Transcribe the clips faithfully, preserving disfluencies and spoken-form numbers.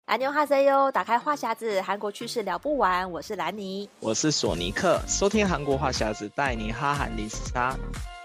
안녕하세요，打开话匣子，韩国趣事聊不完。我是兰妮， 我是索尼克，收听韩国话匣子，带你哈韩零时差。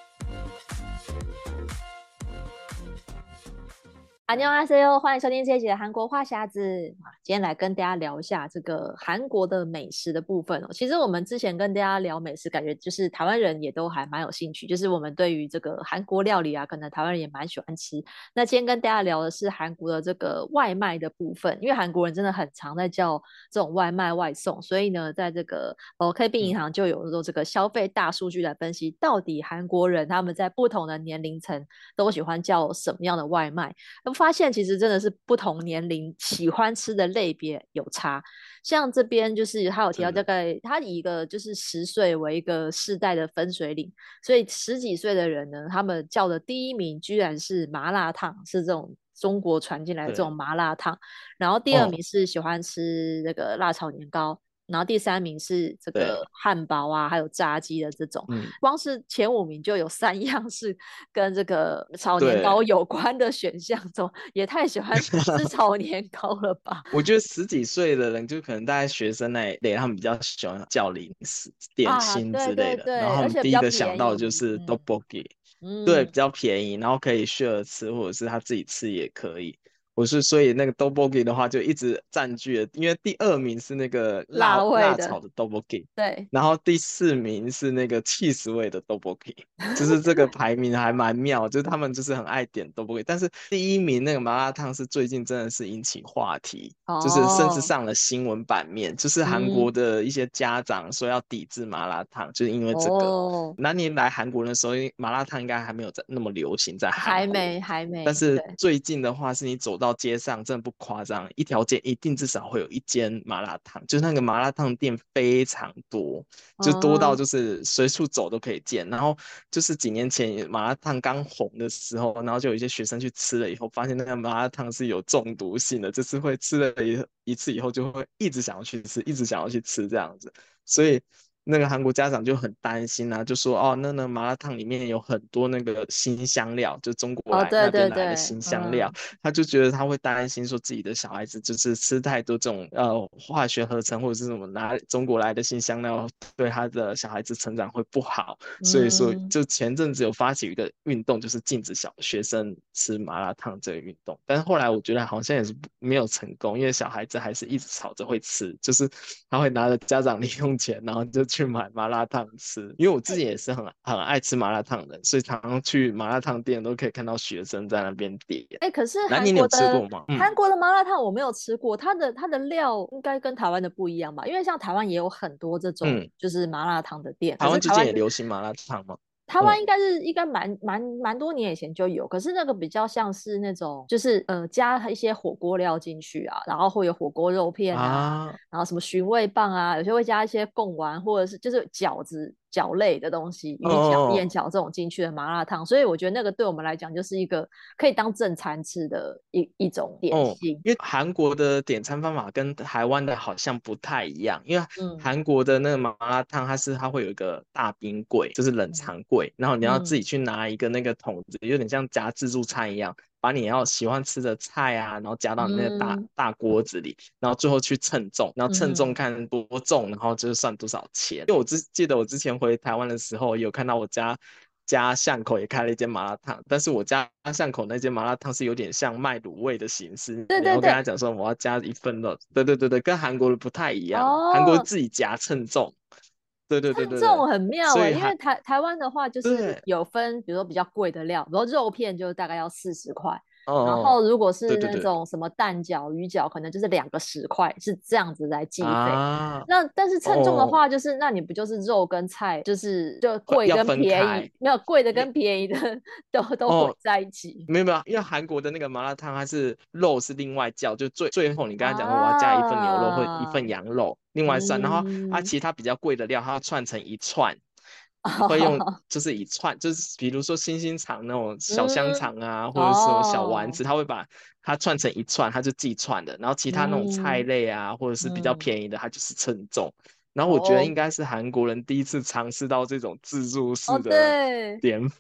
안녕하세요，欢迎收听这一集的韩国话匣子。今天来跟大家聊一下这个韩国的美食的部分哦。其实我们之前跟大家聊美食，感觉就是台湾人也都还蛮有兴趣，就是我们对于这个韩国料理啊，可能台湾人也蛮喜欢吃。那今天跟大家聊的是韩国的这个外卖的部分，因为韩国人真的很常在叫这种外卖外送，所以呢，在这个呃 K B 银行就有做这个消费大数据来分析，到底韩国人他们在不同的年龄层都喜欢叫什么样的外卖。发现其实真的是不同年龄喜欢吃的类别有差。像这边就是他有提到，大概他以一个就是十岁为一个世代的分水岭，所以十几岁的人呢，他们叫的第一名居然是麻辣烫，是这种中国传进来的这种麻辣烫。然后第二名是喜欢吃那个辣炒年糕。然后第三名是这个汉堡啊，还有炸鸡的这种，嗯、光是前五名就有三样是跟这个炒年糕有关的选项中，也太喜欢吃炒年糕了吧？ 我觉得十几岁的人，就可能大概学生那一类，他们比较喜欢叫零食、点心之类的， 啊、对对对， 然后他们第一个想到的就是 tteokbokki，、嗯、对，比较便宜，然后可以 share 吃，或者是他自己吃也可以。我是所以那个 tteokbokki 的话就一直占据了，因为第二名是那个辣辣味的辣炒的 tteokbokki， 对， 然后第四名是那个 cheese 味的 tteokbokki，就是这个排名还蛮妙，就是他们就是很爱点 tteokbokki，但是第一名那个麻辣烫是最近真的是引起话题，哦、就是甚至上了新闻版面，就是韩国的一些家长说要抵制麻辣烫，嗯、就是因为这个。哦、那你来韩国的时候，麻辣烫应该还没有在那么流行在韩国， 还没还没， 但是最近的话，是你走到街上，真的不夸张，一条街一定至少会有一间麻辣烫，就是那个麻辣烫店非常多，就多到就是随处走都可以见。然后就是几年前麻辣烫刚红的时候，然后就有一些学生去吃了以后，发现那个麻辣烫是有中毒性的，就是会吃了一一次以后就会一直想要去吃，一直想要去吃这样子，所以。那个韩国家长就很担心啊，就说哦，那那麻辣烫里面有很多那个辛香料，就中国来、哦、那边来的辛香料，嗯、他就觉得他会担心说自己的小孩子就是吃太多这种呃化学合成或者是什么拿中国来的辛香料，对他的小孩子成长会不好，嗯、所以说就前阵子有发起一个运动，就是禁止小学生吃麻辣烫这个运动，但是后来我觉得好像也是没有成功，因为小孩子还是一直吵着会吃，就是他会拿着家长零用钱，然后就去买麻辣烫吃，因为我自己也是很很爱吃麻辣烫的，所以常常去麻辣烫店都可以看到学生在那边点。 哎、欸，可是韩国的你有吃过吗？ 韩、嗯、国的麻辣烫我没有吃过，它的它的料应该跟台湾的不一样吧？因为像台湾也有很多这种就是麻辣烫的店， 嗯、台湾最近也流行麻辣烫吗？ 台湾应该是、嗯、应该蛮蛮蛮多年以前就有，可是那个比较像是那种就是呃加一些火锅料进去啊，然后会有火锅肉片啊，啊然后什么寻味棒啊，有些会加一些贡丸或者是就是饺子饺类的东西，鱼饺、燕饺这种进去的麻辣烫，所以我觉得那个对我们来讲就是一个可以当正餐吃的一一种点心、哦。 因为韩国的点餐方法跟台湾的好像不太一样，因为韩国的那个麻辣烫它是它会有一个大冰柜，就是冷藏柜，然后你要自己去拿一个那个桶子，有点像夹自助餐一样。把你要喜欢吃的菜啊，然后加到你那个大、嗯、大锅子里，然后最后去称重，然后称重看多重，然后就是算多少钱。因为我之记得我之前回台湾的时候，有看到我家家巷口也开了一间麻辣烫，但是我家巷口那间麻辣烫是有点像卖卤味的形式， 对对对， 然后跟他讲说我要加一份肉，对对对对，跟韩国的不太一样，韩、哦、国自己夹称重。对对对对对， 称重很妙哎、欸，因为台台湾的话就是有分，比如说比较贵的料，比如说肉片就大概要四十块，哦、然后如果是那种什么蛋饺、鱼饺，可能就是两个十块，是这样子来计费。啊、那但是称重的话，就是、哦、那你不就是肉跟菜，就是就贵跟便宜，没有贵的跟便宜的都都混在一起。 哦、没有没有，因为韩国的那个麻辣烫，它是肉是另外叫，就最最后你刚才讲说我要加一份牛肉、啊、或一份羊肉。另外算，嗯、然后啊，其他比较贵的料，它要串成一串，哦、会用就是一串，就是比如说星星肠那种小香肠啊，嗯、或者是什么小丸子，哦、它会把它串成一串，它就自己串的。然后其他那种菜类啊，嗯、或者是比较便宜的，它就是称重。然后我觉得应该是韩国人第一次尝试到这种自助式的点法。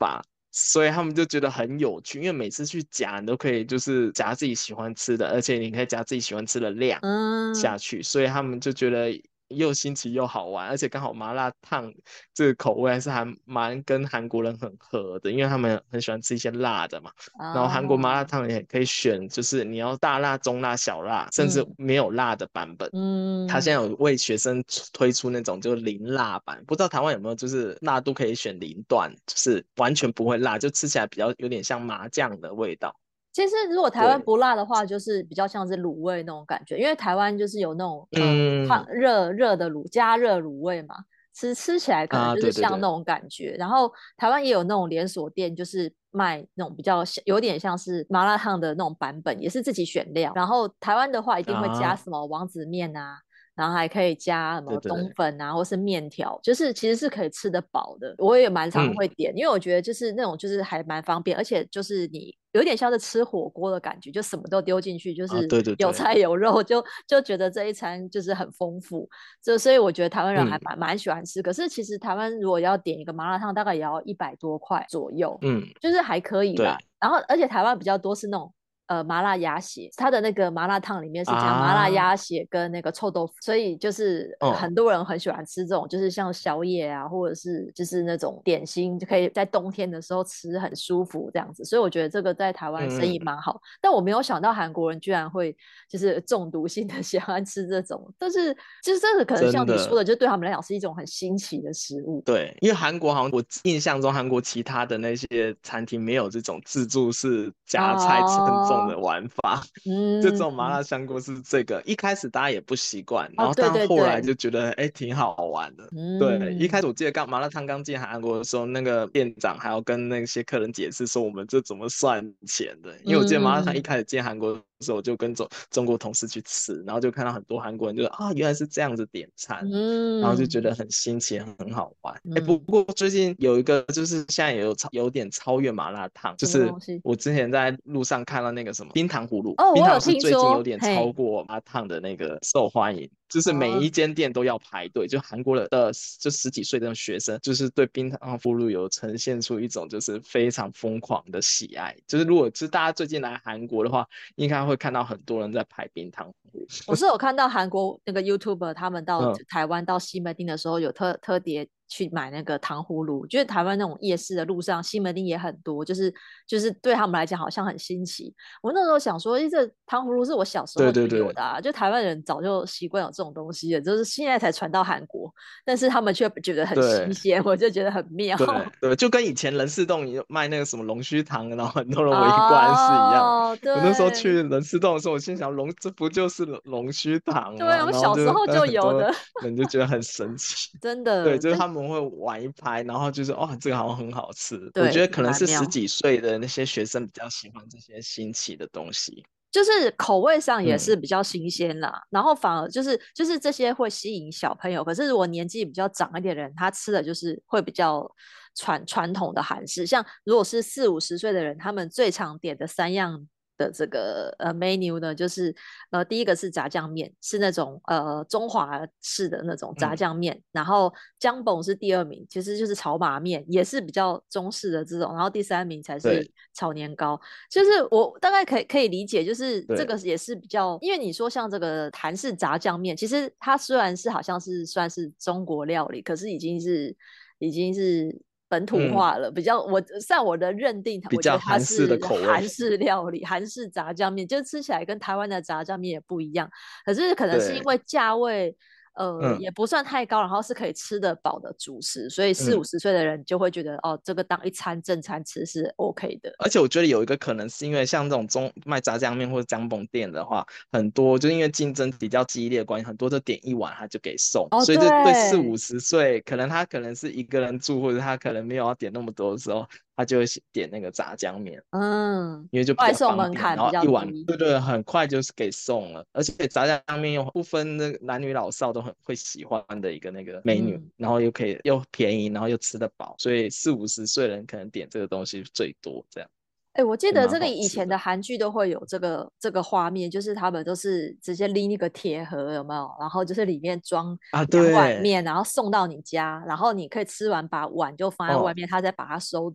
所以他们就觉得很有趣，因为每次去夹你都可以就是夹自己喜欢吃的，而且你可以夹自己喜欢吃的量嗯。 下去，所以他们就觉得又新奇又好玩，而且刚好麻辣烫这个口味还是还蛮跟韩国人很合的，因为他们很喜欢吃一些辣的嘛。然后韩国麻辣哦。 烫也可以选，就是你要大辣、中辣、小辣，甚至嗯没有辣的版本。他现嗯。 在有为学生推出那种就是零辣版，不知道台湾有没有就是辣度可以选零段，就是完全不会辣，就吃起来比较有点像麻酱的味道。 其实如果台湾对， 不辣的话，就是比较像是卤味那种感觉，因为台湾就是有那种呃烫嗯热热的卤加热卤味嘛，吃吃起来可能啊， 就是对对对像那种感觉。然后台湾也有那种连锁店，就是卖那种比较像有点像是麻辣烫的那种版本，也是自己选料。然后台湾的话一定会加啊， 什么王子面啊，然后还可以加什么对对对， 冬粉啊，或是面条，就是其实是可以吃得饱的。我也蛮常嗯会点，因为我觉得就是那种就是还蛮方便，而且就是你有点像是吃火锅的感觉，就什么都丢进去，就啊， 是对对对， 有菜有肉，就就觉得这一餐就是很丰富。就所以我觉得台湾人还嗯蛮蛮喜欢吃。可是其实台湾如果要点一个麻辣烫，大概也要一百多块左右， 嗯， 就是还可以啦。 对然后而且台湾比较多是那种呃麻辣鸭血，它的那个麻辣烫里面是加麻辣啊， 鸭血跟那个臭豆腐，所以就是嗯很多人很喜欢吃这种，就是像宵夜啊，或者是就是那种点心，就可以在冬天的时候吃很舒服这样子。所以我觉得这个在台湾生意嗯嗯， 蛮好，但我没有想到韩国人居然会就是中毒性的喜欢吃这种，但是就是这个可能像真的。 你说的，就对他们来讲是一种很新奇的食物。 对，因为韩国好像我印象中，韩国其他的那些餐厅没有这种自助式夹菜称重哦。 的玩法，就这嗯。 种麻辣香锅是这个。一开始大家也不习惯， 哦， 然后对但后来对对。 就觉得哎挺好玩的。对，一开嗯。 始我记得刚麻辣烫刚进韩国的时候，那个店长还要跟那些客人解释说我们这怎么算钱的，因为我记得麻辣烫一嗯嗯开始进韩国的时候，我就跟中中国同事去吃，然后就看到很多韩国人就说啊原来是这样子点餐。然后就觉嗯得很新奇，很好玩。哎，不嗯。 过最近有一个，就是现在也有超有点超越麻辣烫，就什么是东西？ 我之前在路上看到那个什么冰糖葫芦， 哦， 冰糖是我有听最近有说， 点超嘿。 过麻辣烫的那个受欢迎，就是每哦。 一间店都要排队，就韩国的的就十几岁的学生，就是对冰糖葫芦有呈现出一种就是非常疯狂的喜爱。就是如果就是大家最近来韩国的话，应该会看到很多人在排冰糖葫芦。 我是有看到韩国那个 YouTuber 他们到嗯， 台湾到西门町的时候，有特特别去买那个糖葫芦。就是台湾那种夜市的路上，西门町也很多，就是就是对他们来讲好像很新奇。我那时候想说，诶，这糖葫芦是我小时候就对对对。 有的啊，就台湾人早就习惯有这种东西了，就是现在才传到韩国，但是他们却觉得很新对， 鲜，我就觉得很妙。 对对，就跟以前人事洞有卖那个什么龙须糖，然后很多人围观是一样。 哦， 我那时候对去人事洞的时候，我心想龙这不就是龙龙须糖对， 吗？ 我然后就小时候但很多就有的。 人就觉得很神奇。对， 真的， 就是这他们会玩一拍，然后就是哇，这个好像很好吃。我觉对得可能是十蛮妙。 几岁的那些学生比较喜欢这些新奇的东西。 就是口味上也是嗯， 比较新鲜啦，然后反而就是就是这些会吸引小朋友，可是如果年纪比较长一点的人，他吃的就是会比较传传统的韩式，像如果是四五十岁的人，他们最常点的三样的这个呃 menu 呢，就是呃第一个是炸酱面，是那种呃中华式的那种炸嗯， 酱面，然后姜本是第二名，其实就是炒马面，也是比较中式的这种，然后第三名才是对炒年糕。就是我大概可以可以理解，就是这对， 个也是比较，因为你说像这个韩式炸酱面，其实它虽然是好像是算是中国料理，可是已经是已经是本土嗯， 化了，比较我在我的认定， 比我觉得它较韩式的是口味。 韩式料理，韩式炸酱面，就吃起来跟台湾的炸酱面也不一样，可是可能是因对， 为价位。呃， 嗯也不算太高，然后是可以吃得饱的主食，所以四五嗯。 十岁的人就会觉得，哦，这个当一餐正餐吃是 OK 的。 而且我觉得有一个可能是因为像这种中卖炸酱面或者姜饼店的话，很多就是因为竞争比较激烈的关系，很多都点一碗他就给送， 哦， 所以就对四五对。 十岁，可能他可能是一个人住，或者他可能没有要点那么多的时候，他就会点那个炸酱面。 嗯， 因为就比外较方便， 送门槛比然后一碗， 较低。 对对，很快就是给送了，而且炸酱面又不分那个男女老少都很会喜欢的一个那个 menu， 嗯。 然后又可以又便宜，然后又吃得饱，所以四五十岁人可能点这个东西最多，这样哎，我记就蛮得这个以好吃的。 前的韩剧都会有这个这个画面，就是他们都是直接拎一个铁盒，有没有？然后就是里面装啊， 两碗对， 面，然后送到你家，然后你可以吃完把碗就放在外哦， 面，他再把它收走。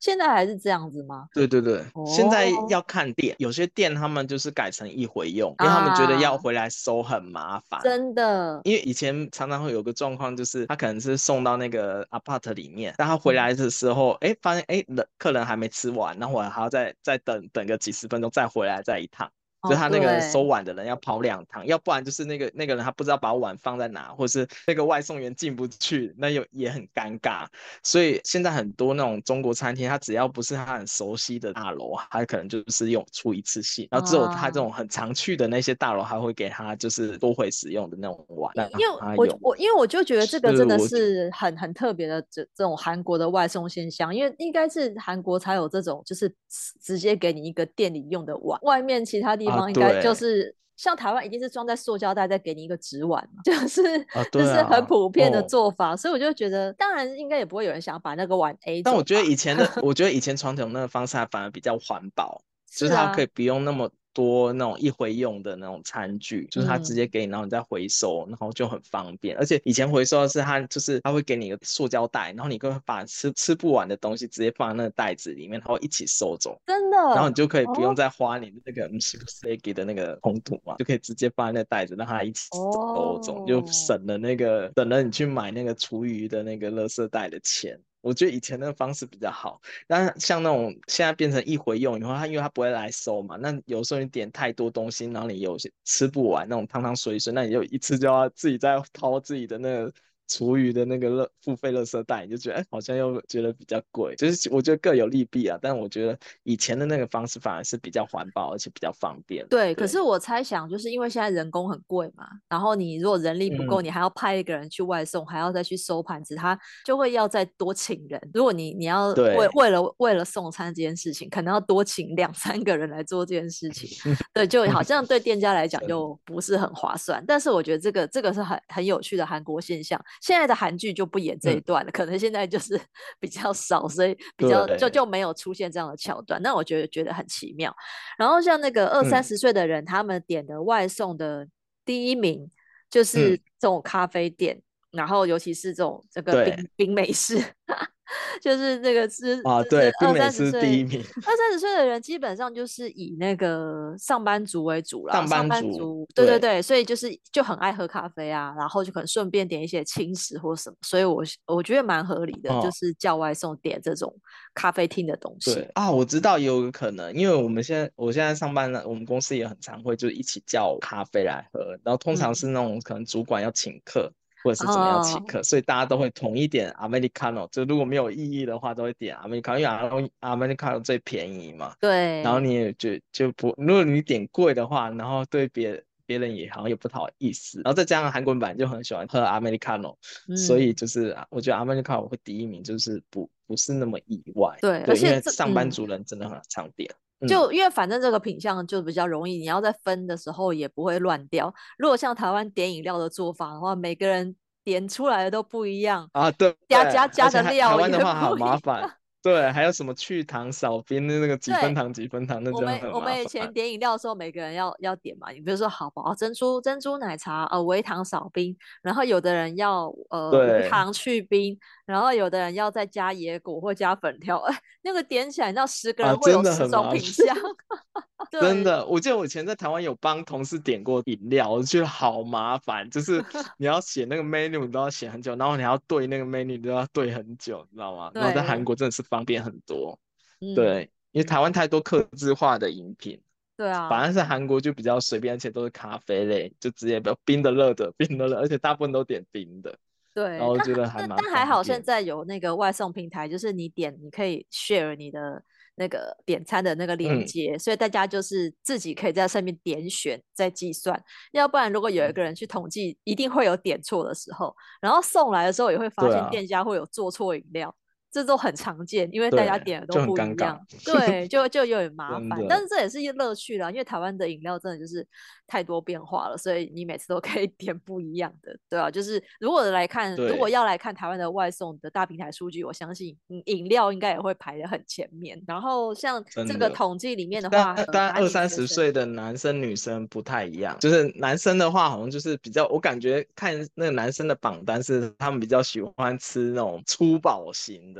现在还是这样子吗？ 对对对，现在哦要看店，有些店他们就是改成一回用，因为他们觉得要啊， 回来收很麻烦。 真的， 因为以前常常会有个状况，就是他可能是送到那个 apart 里面，但他回嗯， 来的时候，哎，发现哎，人客人还没吃完，然后我还要再再等等个几十分钟再回来再一趟。就哦， 是他那个收对， 碗的人要跑两趟，要不然就是那个那个人他不知道把碗放在哪，或是那个外送员进不去，那又也很尴尬。所以现在很多那种中国餐厅，他只要不是他很熟悉的大楼，他可能就是用出一次性，然后只有他这啊。 种很常去的那些大楼，还会给他就是多回使用的那种碗让因因为他用。 我我因为我就觉得这个真的是我是很很特别的这这种韩国的外送现象，因为应该是韩国才有这种就是直直接给你一个店里用的碗，外面其他地啊， 方应该就对是像台湾一定是装在塑胶袋再给你一个纸碗嘛，就是啊， 这是很对啊， 普遍的哦。 做法，所以我就觉得当然应该也不会有人想把那个碗 A 但我觉得走吧。 以前的，我觉得以前传统那个方式还反而比较环保，就是它可是啊， 以不用那么多那种一回用的那种餐具，就是它直接嗯， 给你，然后你再回收，然后就很方便。而且以前回收的是它，就是它会给你一个塑胶袋，然后你可以把吃吃不完的东西直接放在那个袋子里面，然后一起收走。 真的然后你就可以不用哦再花你的那个 m s i g 的那个红土嘛，就可以直接放在那个袋子，让它一起收走，就哦。 省了那个省了你去买那个厨余的那个垃圾袋的钱。我觉得以前那个方式比较好，但像那种现在变成一回用以后，它因为它不会来收嘛，那有时候你点太多东西，然后你有些吃不完那种汤汤水水，那你就一次就要自己再掏自己的那个厨余的那个垃付费垃圾袋，你就觉得哎，好像又觉得比较贵。就是我觉得各有利弊啊，但我觉得以前的那个方式反而是比较环保，而且比较方便。 对，可是对， 我猜想，就是因为现在人工很贵嘛，然后你如果人力不够， 嗯， 你还要派一个人去外送，还要再去收盘子，他就会要再多请人。如果你你要为对， 为了为了送餐这件事情，可能要多请两三个人来做这件事情，对，就好像对店家来讲真的， 就不是很划算。但是我觉得这个这个是很很有趣的韩国现象，现在的韩剧就不演这一嗯， 段了，可能现在就是比较少，所以比较就对， 就没有出现这样的桥段。那我觉得觉得很奇妙。然后像那个二三嗯十岁的人，他们点的外送的第一名就是嗯， 这种咖啡店，然后尤其是这种这个对冰冰美式，就是这个是啊， 就是对，冰二美式第三十岁一名， 二三十岁的人基本上就是以那个上班族为主啦， 上上班族， 班族对对对对，所以就是就很爱喝咖啡啊，然后就可能顺便点一些轻食或什么，所以我我觉得蛮合理的，就哦。 是叫外送点这种咖啡厅的东西。 对啊，我知道也有个可能，因为我们现在我现在上班呢，我们公司也很常会就一起叫咖啡来喝，然后通常嗯， 是那种可能主管要请客或者是怎么样请哦， 客，所以大家都会统一点 Americano，就如果没有意义的话，都会点 Americano，因为 Americano 最便宜嘛。然后对， 你也就就不，如果你点贵的话，然后对别别人也好像也不太好意思，然后再加上韩国人本来就很喜欢喝 Americano，所以嗯， 就是啊我觉得 Americano 会第一名，就是不不是那么意外。 对，而对，因且这为上班嗯， 族人真的很常点。嗯， 就因为反正这个品相就比较容易，你要在分的时候也不会乱掉。如果像台湾点饮料的做法的话，每个人点出来的都不一样， 啊，对对， 加加加的而且还台湾的料也话好不一麻烦， 样。 对，还有什么去糖少冰的那个几分对， 糖几分糖，那就我们我很麻烦。 们以前点饮料的时候，每个人要要点嘛，你比如说好不好珍珠珍珠奶茶，呃，微糖少冰，然后有的人要呃无对糖去冰，然后有的人要再加椰果或加粉条，哎，那个点起来，你知道十个啊， 人会有真的十种很麻烦。 品相，对真的，我记得我以前在台湾有帮同事点过饮料，我觉得好麻烦，就是你要写那个 menu，你都要写很久，然后你还要对那个 menu，你都要对很久，你知道吗？然后在韩对， 国真的是方便很多， 嗯， 对，因为台湾太多客制化的饮品， 对啊， 反而是韩国就比较随便，而且都是咖啡类，就直接不要冰的、热的、冰的、热，而且大部分都点冰的，然对，但后觉得还但蛮但还好，现方便。 在有那个外送平台，就是你点，你可以 share 你的那个点餐的那个链嗯， 接，所以大家就是自己可以在上面点选再计算。要不然，如果有一个人去统计，一定会有点错的时候，然后送来的时候也会发对啊， 现店家会有做错饮料，这都很常见，因为大家对， 点的都就很尴尬， 不一样。对，就就有点麻烦，但真的， 是这也是一乐趣啦，因为台湾的饮料真的就是太多变化了，所以你每次都可以点不一样的，对啊，就是如果来看，如果对， 要来看台湾的外送的大平台数据，我相信嗯饮料应该也会排得很前面。然后像这个真的。 统计里面的但话，呃， 但二男女三十岁学生， 的男生女生不太一样，就是男生的话，好像就是比较，我感觉看那个男生的榜单是他们比较喜欢吃那种粗饱型的，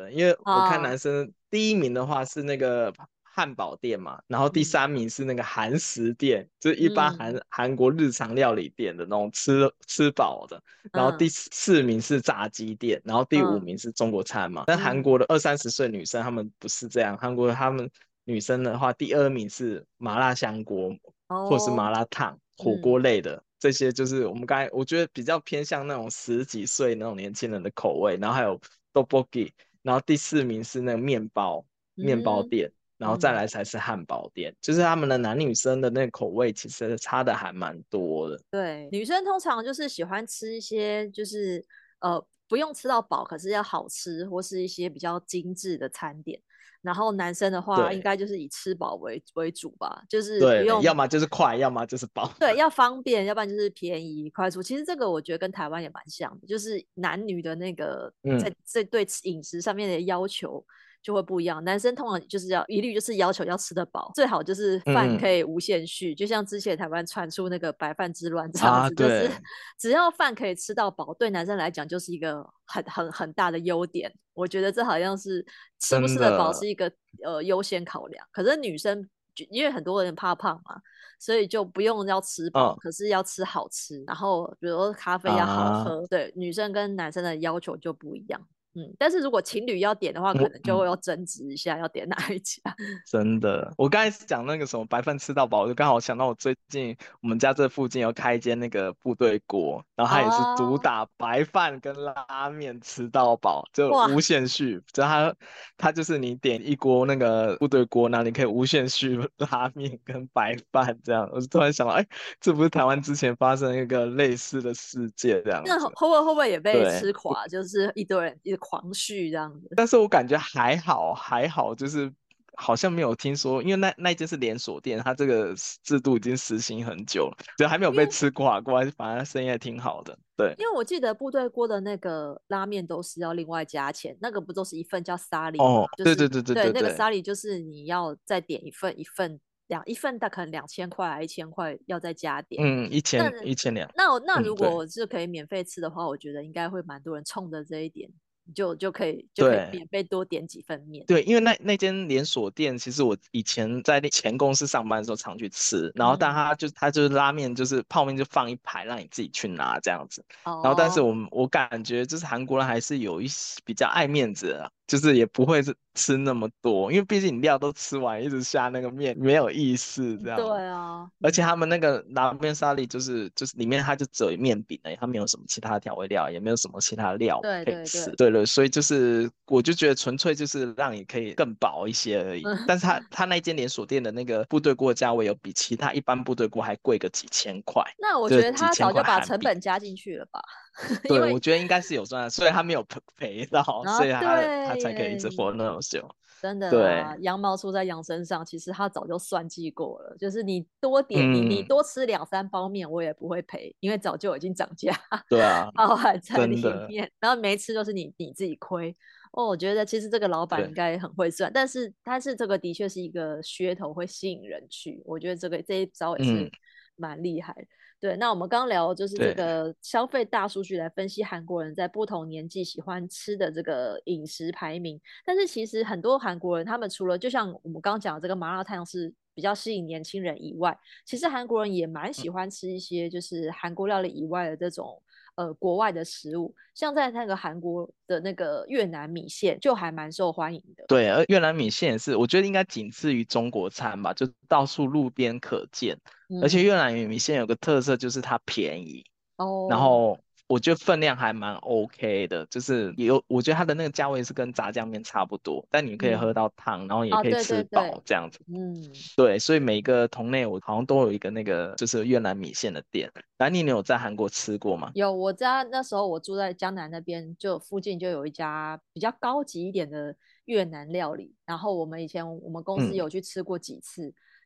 的，因为我看啊， 男生第一名的话是那个汉堡店嘛，然后第嗯三名是那个韩食店，就是一般韩嗯韩国日常料理店的那种吃吃饱的，然后第嗯四名是炸鸡店，然后第五嗯名是中国餐嘛。但韩嗯， 国的二三十岁女生她们不是这样，韩国他们女生的话，第二名是麻辣香锅或是麻哦， 辣烫、火嗯锅类的。这些就是我们刚才我觉得比较偏向那种十几岁那种年轻人的口味，然后还有 tteokbokki，然后第四名是那个面包面包嗯店，然后再嗯， 来才是汉堡店，就是他们的男女生的那个口味其实差的还蛮多的。 对，女生通常就是喜欢吃一些就是呃不用吃到饱，可是要好吃或是一些比较精致的餐点。然后男生的话，应对该就是以吃饱为为主吧，就是不对，要用么就是快，要么就是饱。 对，要方便，要不然就是便宜快速。其实这个我觉得跟台湾也蛮像的，就是男女的那个嗯在这对饮食上面的要求就会不一样。男生通常就是要一律就是要求要吃得饱，最好就是饭嗯嗯可以无限续，就像之前台湾传出那个白饭之乱这样啊， 子，就是对， 只要饭可以吃到饱，对男生来讲就是一个很很很大的优点。我觉得这好像是吃不吃得饱真的， 是一个呃优先考量，可是女生因为很多人怕胖嘛。所以就不用要吃饱， 嗯可是要吃好吃，然后比如说咖啡要好啊， 喝，对，女生跟男生的要求就不一样。嗯，但是如果情侣要点的话，可能就我嗯。 要争执一下要点哪一家。 真的，我刚才是讲那个什么白饭吃到饱，我就刚好想到我最近我们家这附近有开一间那个部队锅，然后它也是主哦， 打白饭跟拉面吃到饱，就无哇， 限续。就它它就是你点一锅那个部队锅，然后你可以无限续拉面跟白饭这样。我就突然想到，哎，这不是台湾之前发生一个类似的事件这样那会子？ 不会会不会也被对， 吃垮？就是一堆人一直狂续这样子。 但是我感觉还好，还好，就是好像没有听说，因为那那一间是连锁店，它这个制度已经实行很久了，就还没有被因为吃垮过，反正生意还挺好的。对， 因为我记得部队锅的那个拉面都是要另外加钱，那个不都是一份叫沙里嘛？ 哦， 就是对对对对对对对， 那个沙里，就是你要再点一份一份两一份大可能两千块啊一千块要再加点。 嗯，一那千一千两， 那那嗯，对如果是可以免费吃的话，我觉得应该会蛮多人冲着这一点，就就可以就可以对。 免费多点几份面。 对，因为那那间连锁店，其实我以前在那前公司上班的时候常去吃，然后但嗯， 他就他就是拉面，就是泡面就放一排让你自己去拿这样子。然后但是哦， 我们我感觉就是韩国人还是有一些比较爱面子的啊，就是也不会是吃那么多，因为毕竟你料都吃完，一直下那个面没有意思这样。 对啊， 而且嗯， 他们那个拉面沙律就是就是里面它就只有面饼而已，它没有什么其他调味料，也没有什么其他料对可以吃。 对对， 对了，所以就是我就觉得纯粹就是让你可以更饱一些而已。但是它它那间连锁店的那个部队锅价位有比其他一般部队锅还贵个几千块， 那我就是觉得他几千早就把成块韩币。 本加进去了吧，因对， 为我觉得应该是有赚，所以他没有赔赔到， 啊， 所以他他对才可以一直耶， 活那么久。 真的对， 啦，羊毛出在羊身上，其实他早就算计过了。就是你多点，你你嗯， 多吃两三包面，我也不会赔，因为早就已经涨价， 对啊， 包含在真的， 里面。然后没吃就是你你自己亏。哦，我觉得其实这个老板应对， 该很会算，但是但是这个的确是一个噱头，会吸引人去。我觉得这个这一招也嗯， 是蛮厉害的。对，那我们刚刚聊的就是这对， 个消费大数据来分析韩国人在不同年纪喜欢吃的这个饮食排名。但是其实很多韩国人，他们除了就像我们刚刚讲的这个麻辣烫是比较吸引年轻人以外，其实韩国人也蛮喜欢吃一些就是韩国料理以外的这种呃国外的食物，像在那个韩国的那个越南米线就还蛮受欢迎的。 对，而越南米线也是，我觉得应该仅次于中国餐吧，就到处路边可见。而且嗯， 越南米线有个特色就是它便宜，然哦， 后我觉得分量还蛮 OK 的，就是有，我觉得它的那个价位是跟炸酱面差不多，但你可以喝嗯， 到汤，然后也哦， 可以对对吃饱对， 这样子。 嗯。 对，所以每个同类我好像都有一个那个就是越南米线的店。兰妮，你有在韩国吃过吗？ 有，我家那时候我住在江南那边，就附近就有一家比较高级一点的越南料理。然后我们以前我们公司嗯有去吃过几次，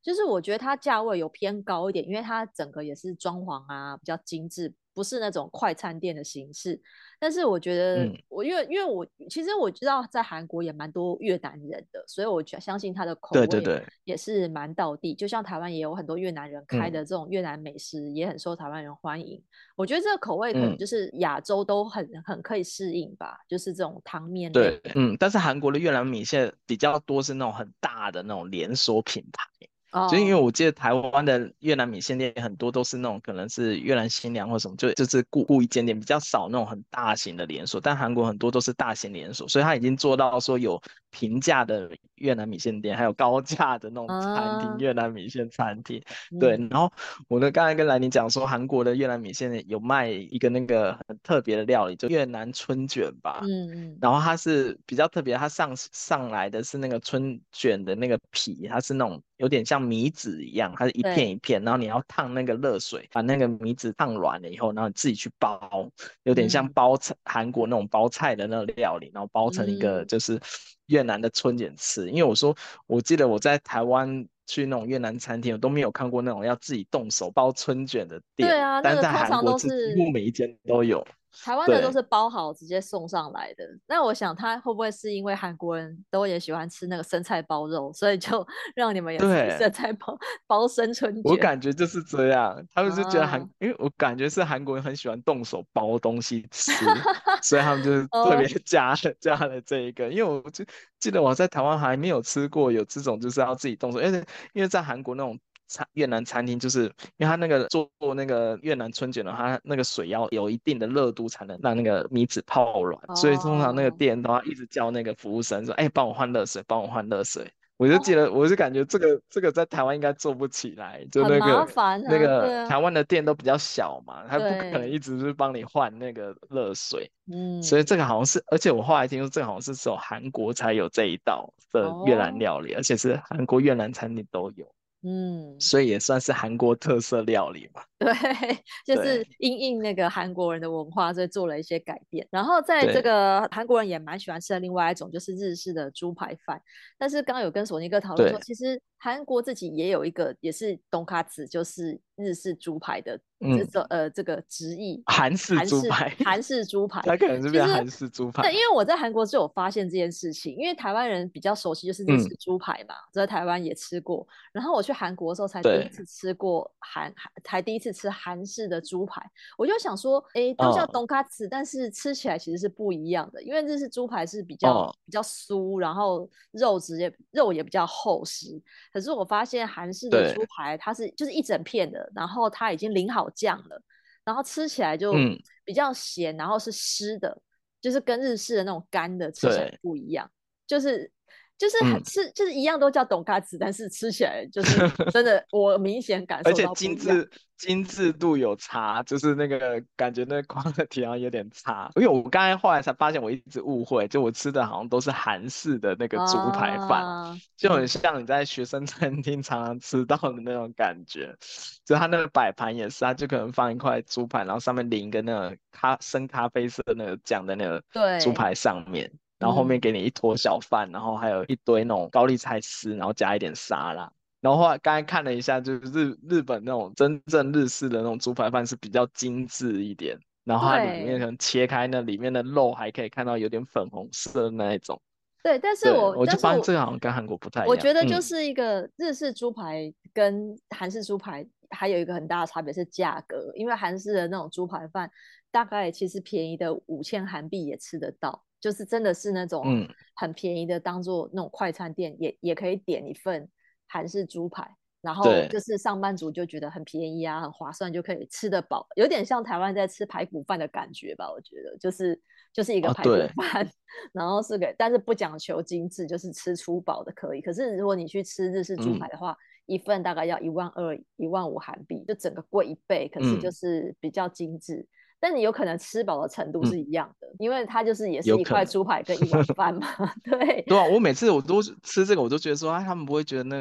就是我觉得它价位有偏高一点，因为它整个也是装潢啊比较精致，不是那种快餐店的形式。但是我觉得嗯， 我因为因为我其实我知道在韩国也蛮多越南人的，所以我相信它的口味对对对， 也是蛮道地。就像台湾也有很多越南人开嗯的这种越南美食，也很受台湾人欢迎。我觉得这个口味可能嗯。 就是亚洲都很很可以适应吧，就是这种汤面类。 对，嗯，但是韩国的越南米线比较多是那种很大的那种连锁品牌，就是因为哦， 我记得台湾的越南米线店很多都是那种可能是越南新娘或什么，就就是雇雇一间店，比较少那种很大型的连锁，但韩国很多都是大型连锁，所以它已经做到说有平价的越南米线店，还有高价的那种餐厅， 啊， 越南米线餐厅。对， 嗯然后我呢刚才跟兰妮讲说，韩国的越南米线有卖一个那个很特别的料理，就越南春卷吧。 嗯嗯， 然后它是比较特别，它上上来的是那个春卷的那个皮，它是那种有点像米纸一样，它是一片一对， 片，然后你要烫那个热水，把那个米纸烫软了以后，然后你自己去包，有点像嗯包菜韩国那种包菜的那个料理，然后包成一个嗯， 就是越南的春卷吃。因为我说，我记得我在台湾去那种越南餐厅，我都没有看过那种要自己动手包春卷的店， 对啊，那但是在个通常都韩国是几乎是每一间都有。 台湾的都对是包好直接送上来的。那我想他会不会是因为韩国人都也喜欢吃那个生菜包肉，所以就让你们也吃对， 生菜包包生春我卷感觉就是这样，他们就觉得韩， 啊？ 因为我感觉是韩国人很喜欢动手包东西吃，所以他们就是特别哦加了加了这一个。因为我就记得我在台湾还没有吃过有这种就是要自己动手，因为因为在韩国那种餐越南餐厅，就是因为他那个做那个越南春卷的话，它那个水要有一定的热度才能让那个米纸泡软，所以通常那个哦店都要一直叫那个服务生说，哎，帮我换热水，帮我换热水。我就记哦， 得，我就感觉这个这个在台湾应该做不起来，就很麻那个那烦啊，对啊， 个台湾的店都比较小嘛，他不可能对， 一直是帮你换那个热水，所以嗯， 这个好像是，而且我后来听说这个好像是只有韩国才有这一道的越南哦， 料理，而且是韩国越南餐厅都有， 嗯。 所以也算是韩国特色料理嘛。 对，就是对因应那个韩国人的文化，所以做了一些改变。然后在这对个韩国人也蛮喜欢吃的另外一种，就是日式的猪排饭。但是刚刚有跟索尼哥讨论说， 对， 其实韩国自己也有一个，也是东卡子，就是日式猪排的这嗯， 种呃这个直译韩式韩式猪排， 韩式猪排。 它可能是其实变韩式猪对，因排， 为我在韩国就有发现这件事情，因为台湾人比较熟悉就是日式嗯， 猪排嘛，在台湾也吃过。然后我去韩国的时候才第一对， 次吃过韩，才第一次吃韩式的猪排。我就想说，哎，都叫嗯东卡츠，但是吃起来其实是不一样的，因为日式猪排是比较嗯， 比较酥，然后肉质也肉也比较厚实。可是我发现韩式的猪对， 排它是就是一整片的，然后它已经淋好酱了，然后吃起来就嗯比较咸，然后是湿的，就是跟日式的那种干的吃起来对， 不一样，就是就是嗯。 吃就是一样都叫董卡子，但是吃起来就是真的我明显感受而且到不一样。 精致精致度有差，就是那个感觉那光的体量有点差。因为我刚才后来才发现，我一直误会，就我吃的好像都是韩式的那个猪排饭， 啊， 就很嗯， 像你在学生餐厅常常吃到的那种感觉。就它那个摆盘也是，它就可能放一块猪排，然后上面淋一个那个咖深咖啡色的那个酱在那个猪对， 排上面。然后后面嗯， 给你一坨小饭，然后还有一堆那种高丽菜丝，然后加一点沙拉。然后后来刚才看了一下，就是日日本那种真正日式的那种猪排饭是比较精致一点，然后它里面可对， 能切开那里面的肉还可以看到有点粉红色的那一种。 对，但是对， 我， 我就发现但是我， 这个好像跟韩国不太一样。 我觉得就嗯是一个日式猪排跟韩式猪排还有一个很大的差别是价格，因为韩式的那种猪排饭大概其实便宜的五千韩币也吃得到，就是真的是那种嗯， 很便宜的，当做那种快餐店也也可以点一份韩式猪排，然后对， 就是上班族就觉得很便宜啊，很划算，就可以吃得饱，有点像台湾在吃排骨饭的感觉吧，我觉得就是就是一个哦排骨对， 饭。然后是个，但是不讲求精致，就是吃粗饱的可以。可是如果你去吃日式猪排嗯的话，一份大概要一万二、一万五韩币，就整个贵一倍。可是就嗯是比较精致，但你有可能吃饱的程度是嗯， 一样的，因为它就是也是一块有可能。 猪排跟一碗饭嘛。对， 对啊，我每次我都吃这个，我都觉得说，哎，他们不会觉得那个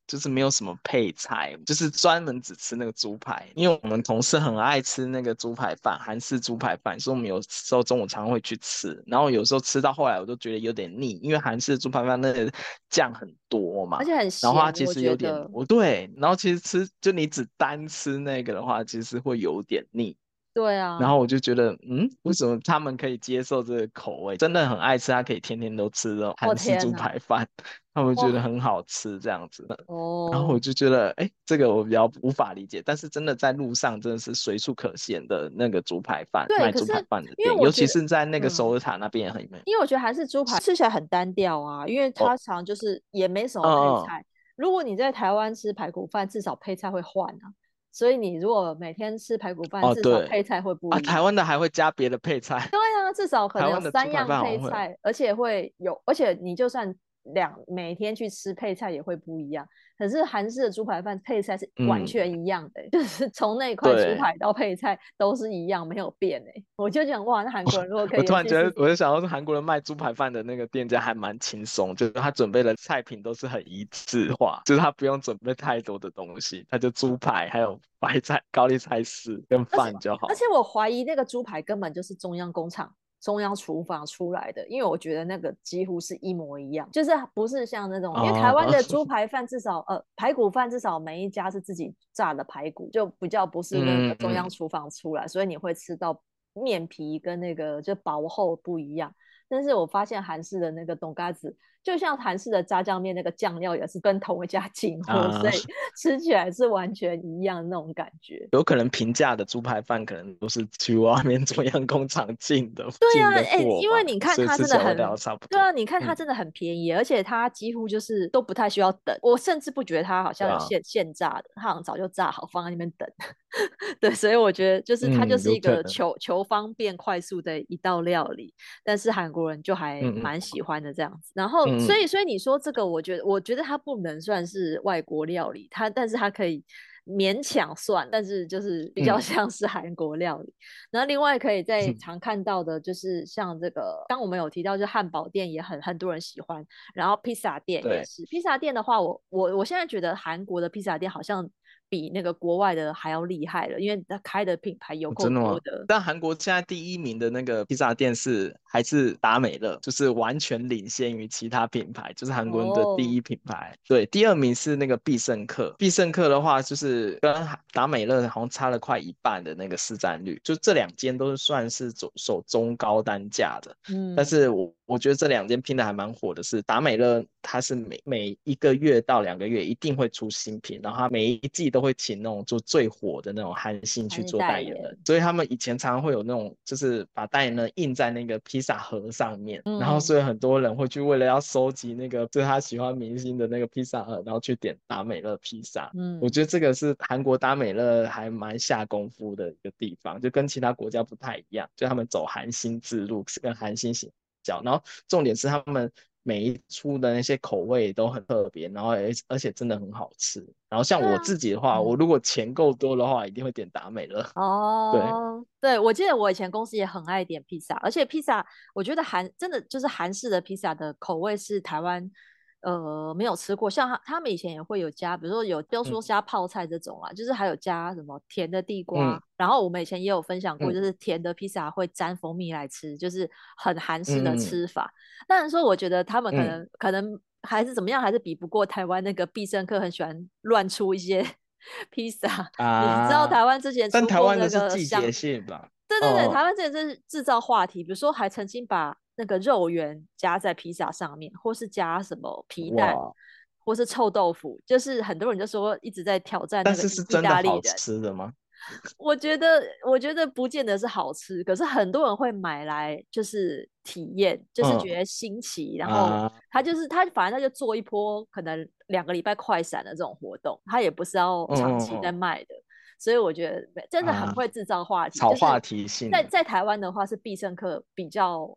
就是没有什么配菜，就是专门只吃那个猪排。因为我们同事很爱吃那个猪排饭，韩式猪排饭，所以我们有时候中午常会去吃。然后有时候吃到后来，我都觉得有点腻，因为韩式猪排饭那个酱很多嘛， 而且很咸， 然后它其我实有点， 觉得。 我对，然后其实吃就你只单吃那个的话，其实会有点腻。 对啊， 然后我就觉得，嗯，为什么他们可以接受这个口味？真的很爱吃，他可以天天都吃这种我、 韩式猪天哪， 排饭，他们觉得哇， 很好吃这样子。然后我哦， 就觉得，哎，这个我比较无法理解。但是真的在路上真的是随处可见的那个猪排饭， 对，可是卖猪排饭的因为店， 我觉得， 尤其是在那个首嗯， 尔塔那边也很有名。 因为我觉得韩式猪排吃起来很单调啊，因为哦， 它常常就是也没什么嗯嗯， 配菜。如果你在台湾吃排骨饭，至少配菜会换啊。所以你如果每天吃排骨饭， 哦至少对配菜会不啊， 一样。 台湾的还会加别的配菜， 对啊，至少可能有台湾的猪三样排饭好像会有， 配菜，而且会有，而且你就算两每天去吃配菜也会不一样。可是韩式的猪排饭配菜是完嗯， 全一样的欸，就是从那块猪对。 排到配菜都是一样，没有变哎。我就讲哇，那韩国人如果可以我突然觉得， 也去试试。 我就想到是韩国人卖猪排饭的那个店家还蛮轻松，就是他准备的菜品都是很一致化，就是他不用准备太多的东西，他就猪排还有白菜、高丽菜丝跟而且饭就好。 而且我怀疑那个猪排根本就是中央工厂、中央厨房出来的，因为我觉得那个几乎是一模一样，就是不是像那种，因为台湾啊， 的猪排饭至少呃排骨饭至少每一家是自己炸的排骨，就比较不是那个嗯嗯， 中央厨房出来，所以你会吃到面皮跟那个就薄厚不一样。但是我发现韩式的那个董嘎子，就像韩式的炸酱面，那个酱料也是跟同一家进货，所啊， 以吃起来是完全一样的那种感觉。 有可能平价的猪排饭可能都是去外面中央工厂进的对啊， 进的哎、因为货吧， 你看它所以吃起来味真的很， 道差不多。 对啊，你看它嗯， 真的很便宜，而且它几乎就是都不太需要等。我甚至不觉得它好像有对啊， 现现炸的，它好像早就炸好放在那边等。对，所以我觉得就是它就嗯， 是一个有可能。 求求方便快速的一道料理，但是韩国人就还嗯嗯蛮喜欢的这样子。然后，所嗯以所以你说这个，我觉得我觉得它不能算是外国料理，它但是它可以勉强算，但是就是比较嗯像是韩国料理。然后另外可以在嗯， 常看到的就是像这个，刚我们有提到，就汉堡店也很很多人喜欢，然后披萨店也对。 是。披萨店的话，我我我现在觉得韩国的披萨店好像比那个国外的还要厉害了，因为它开的品牌有够真的吗？ 多的。 但韩国现在第一名的那个披萨店是还是达美乐，就是完全领先于其他品牌，就是韩国人的第哦， 一品牌。对，第二名是那个必胜客，必胜客的话就是跟达美乐好像差了快一半的那个市占率，就这两间都是算是走走中高单价的。但嗯， 是我我觉得这两间拼的还蛮火的是达美乐，它是每每一个月到两个月一定会出新品，然后它每一季都会请那种就最火的那种韩星还是去做代言。 代言人，所以他们以前常常会有那种就是把代言人印在那个披萨盒上面，然后嗯所以很多人会去为了要收集那个就是他喜欢明星的那个披萨盒，然后去点达美乐披萨。我嗯， 觉得这个是韩国达美乐还蛮下功夫的一个地方，就跟其他国家不太一样，就他们走韩星之路，是跟韩星行脚，然后重点是他们每一出的那些口味都很特别，然后而而且真的很好吃。然后像我对啊， 自己的话，我嗯。 如果钱够多的话，一定会点达美乐。对， 哦，对，我记得我以前公司也很爱点披萨，而且披萨，我觉得韩真的就是韩式的披萨的口味是台湾呃没有吃过，像他他们以前也会有加，比如说有都说嗯加泡菜这种啊，就是还有加什么甜的地瓜， 嗯然后我们以前也有分享过，就嗯是甜的披萨会沾蜂蜜来吃，就是很韩式的嗯吃法。当然说，我觉得他们可嗯能可能还是怎么样，还是比不过台湾那个必胜客很喜欢乱出一些披萨。你知道啊， 台湾之前出但台湾的过那是季节个香， 性吧？ 对对对，台哦湾之前真是制造话题，比如说还曾经把那个肉圆加在披萨上面，或是加什么皮蛋， 哇， 或是臭豆腐，就是很多人就说一直在挑战那个意意但是是真的好大利人。 吃的吗？ 我觉得，我觉得不见得是好吃，可是很多人会买来就是体验，就是觉嗯得新奇，然后啊他就是他，反正他就做一波可能两个礼拜快闪的这种活动，他也不是要嗯长期在嗯嗯卖的，所以我觉得真的很啊， 会制造话题。就是炒话题性的。 在在台湾的话，是必胜客比较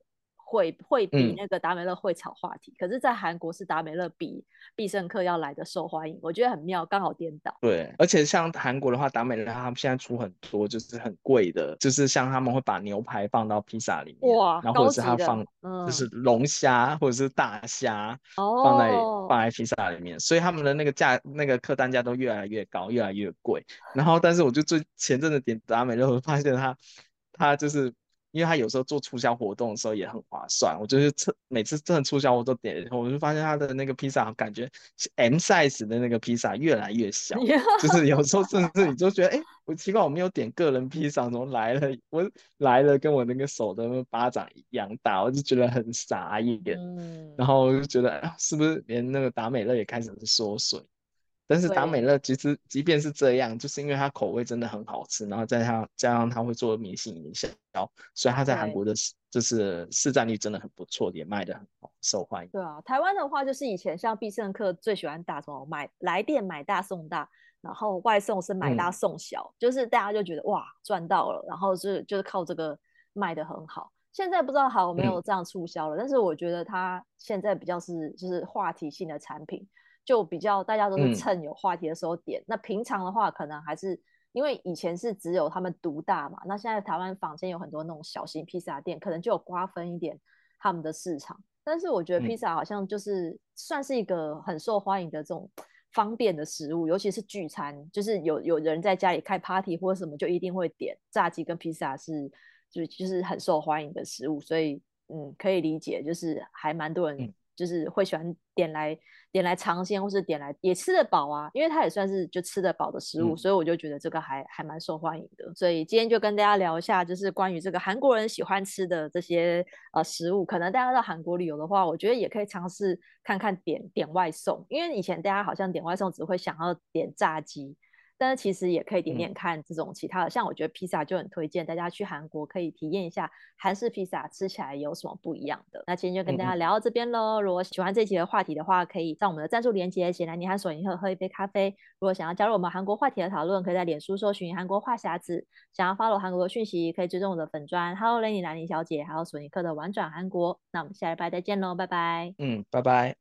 会会比嗯， 那个达美乐会炒话题，可是，在韩国是达美乐比必胜客要来的受欢迎，我觉得很妙，刚好颠倒。 对，而且像韩国的话，达美乐他们现在出很多就是很贵的，就是像他们会把牛排放到披萨里面， 哇， 然后或者是高级的， 他放就是嗯， 龙虾或者是大虾放在放哦， 在披萨里面，所以他们的那个价那个客单价都越来越高，越来越贵。然后，但是我就最前阵子点达美乐，我发现它它就是因为它有时候做促销活动的时候也很划算，我就是趁每次真的促销我都点了以后，我就发现它的那个披萨感觉是 M size 的那个披萨越来越小，就是有时候甚至你就觉得，哎，我奇怪我没有点个人披萨，怎么来了？我来了跟我那个手的巴掌一样大，我就觉得很傻眼。然嗯， 后我就觉得，啊是不是连那个达美乐也开始缩水？但是达美对乐其实即便是这样，就是因为它口味真的很好吃，然后再加加上它会做明星营销，所以它在韩对。 国的市就是市占率真的很不错，也卖得很好，受欢迎。 对啊，台湾的话就是以前像必胜客最喜欢打什么买来店买大送大，然后外送是买大嗯送小，就是大家就觉得哇赚到了，然后是就是靠这个卖的很好。现在不知道还有没嗯有这样促销了，但是我觉得它现在比较是就是话题性的产品，就比较大家都是嗯趁有话题的时候点。那平常的话，可能还是因为以前是只有他们独大嘛，那现在台湾坊间有很多那种小型披萨店，可能就有瓜分一点他们的市场。但是我觉得披嗯萨好像就是算是一个很受欢迎的这种方便的食物，尤其是聚餐，就是有有人在家里开 party 或者什么，就一定会点炸鸡跟披萨是就就是很受欢迎的食物，所以嗯可以理解，就是还蛮多人嗯就是会喜欢点来点来尝鲜，或是点来也吃得饱啊，因为它也算是就吃得饱的食物， 嗯所以我就觉得这个还还蛮受欢迎的。所以今天就跟大家聊一下，就是关于这个韩国人喜欢吃的这些呃食物，可能大家到韩国旅游的话，我觉得也可以尝试看看点点外送，因为以前大家好像点外送只会想要点炸鸡，但是其实也可以点点嗯看这种其他的，像我觉得披萨就很推荐大家去韩国可以体验一下韩式披萨，吃起来有什么不一样的。那今天就跟大家嗯嗯， 聊到这边喽。如果喜欢这期的话题的话，可以上我们的赞助连接，写来你和索尼赫喝一杯咖啡。如果想要加入我们韩国话题的讨论，可以在脸书搜寻韩国话匣子。想要 follow 韩国的讯息，可以追踪我的粉砖 Hello Lenny 兰妮小姐，还有索尼克的玩转韩国。那我们下礼拜再见喽，拜拜。 嗯，拜拜。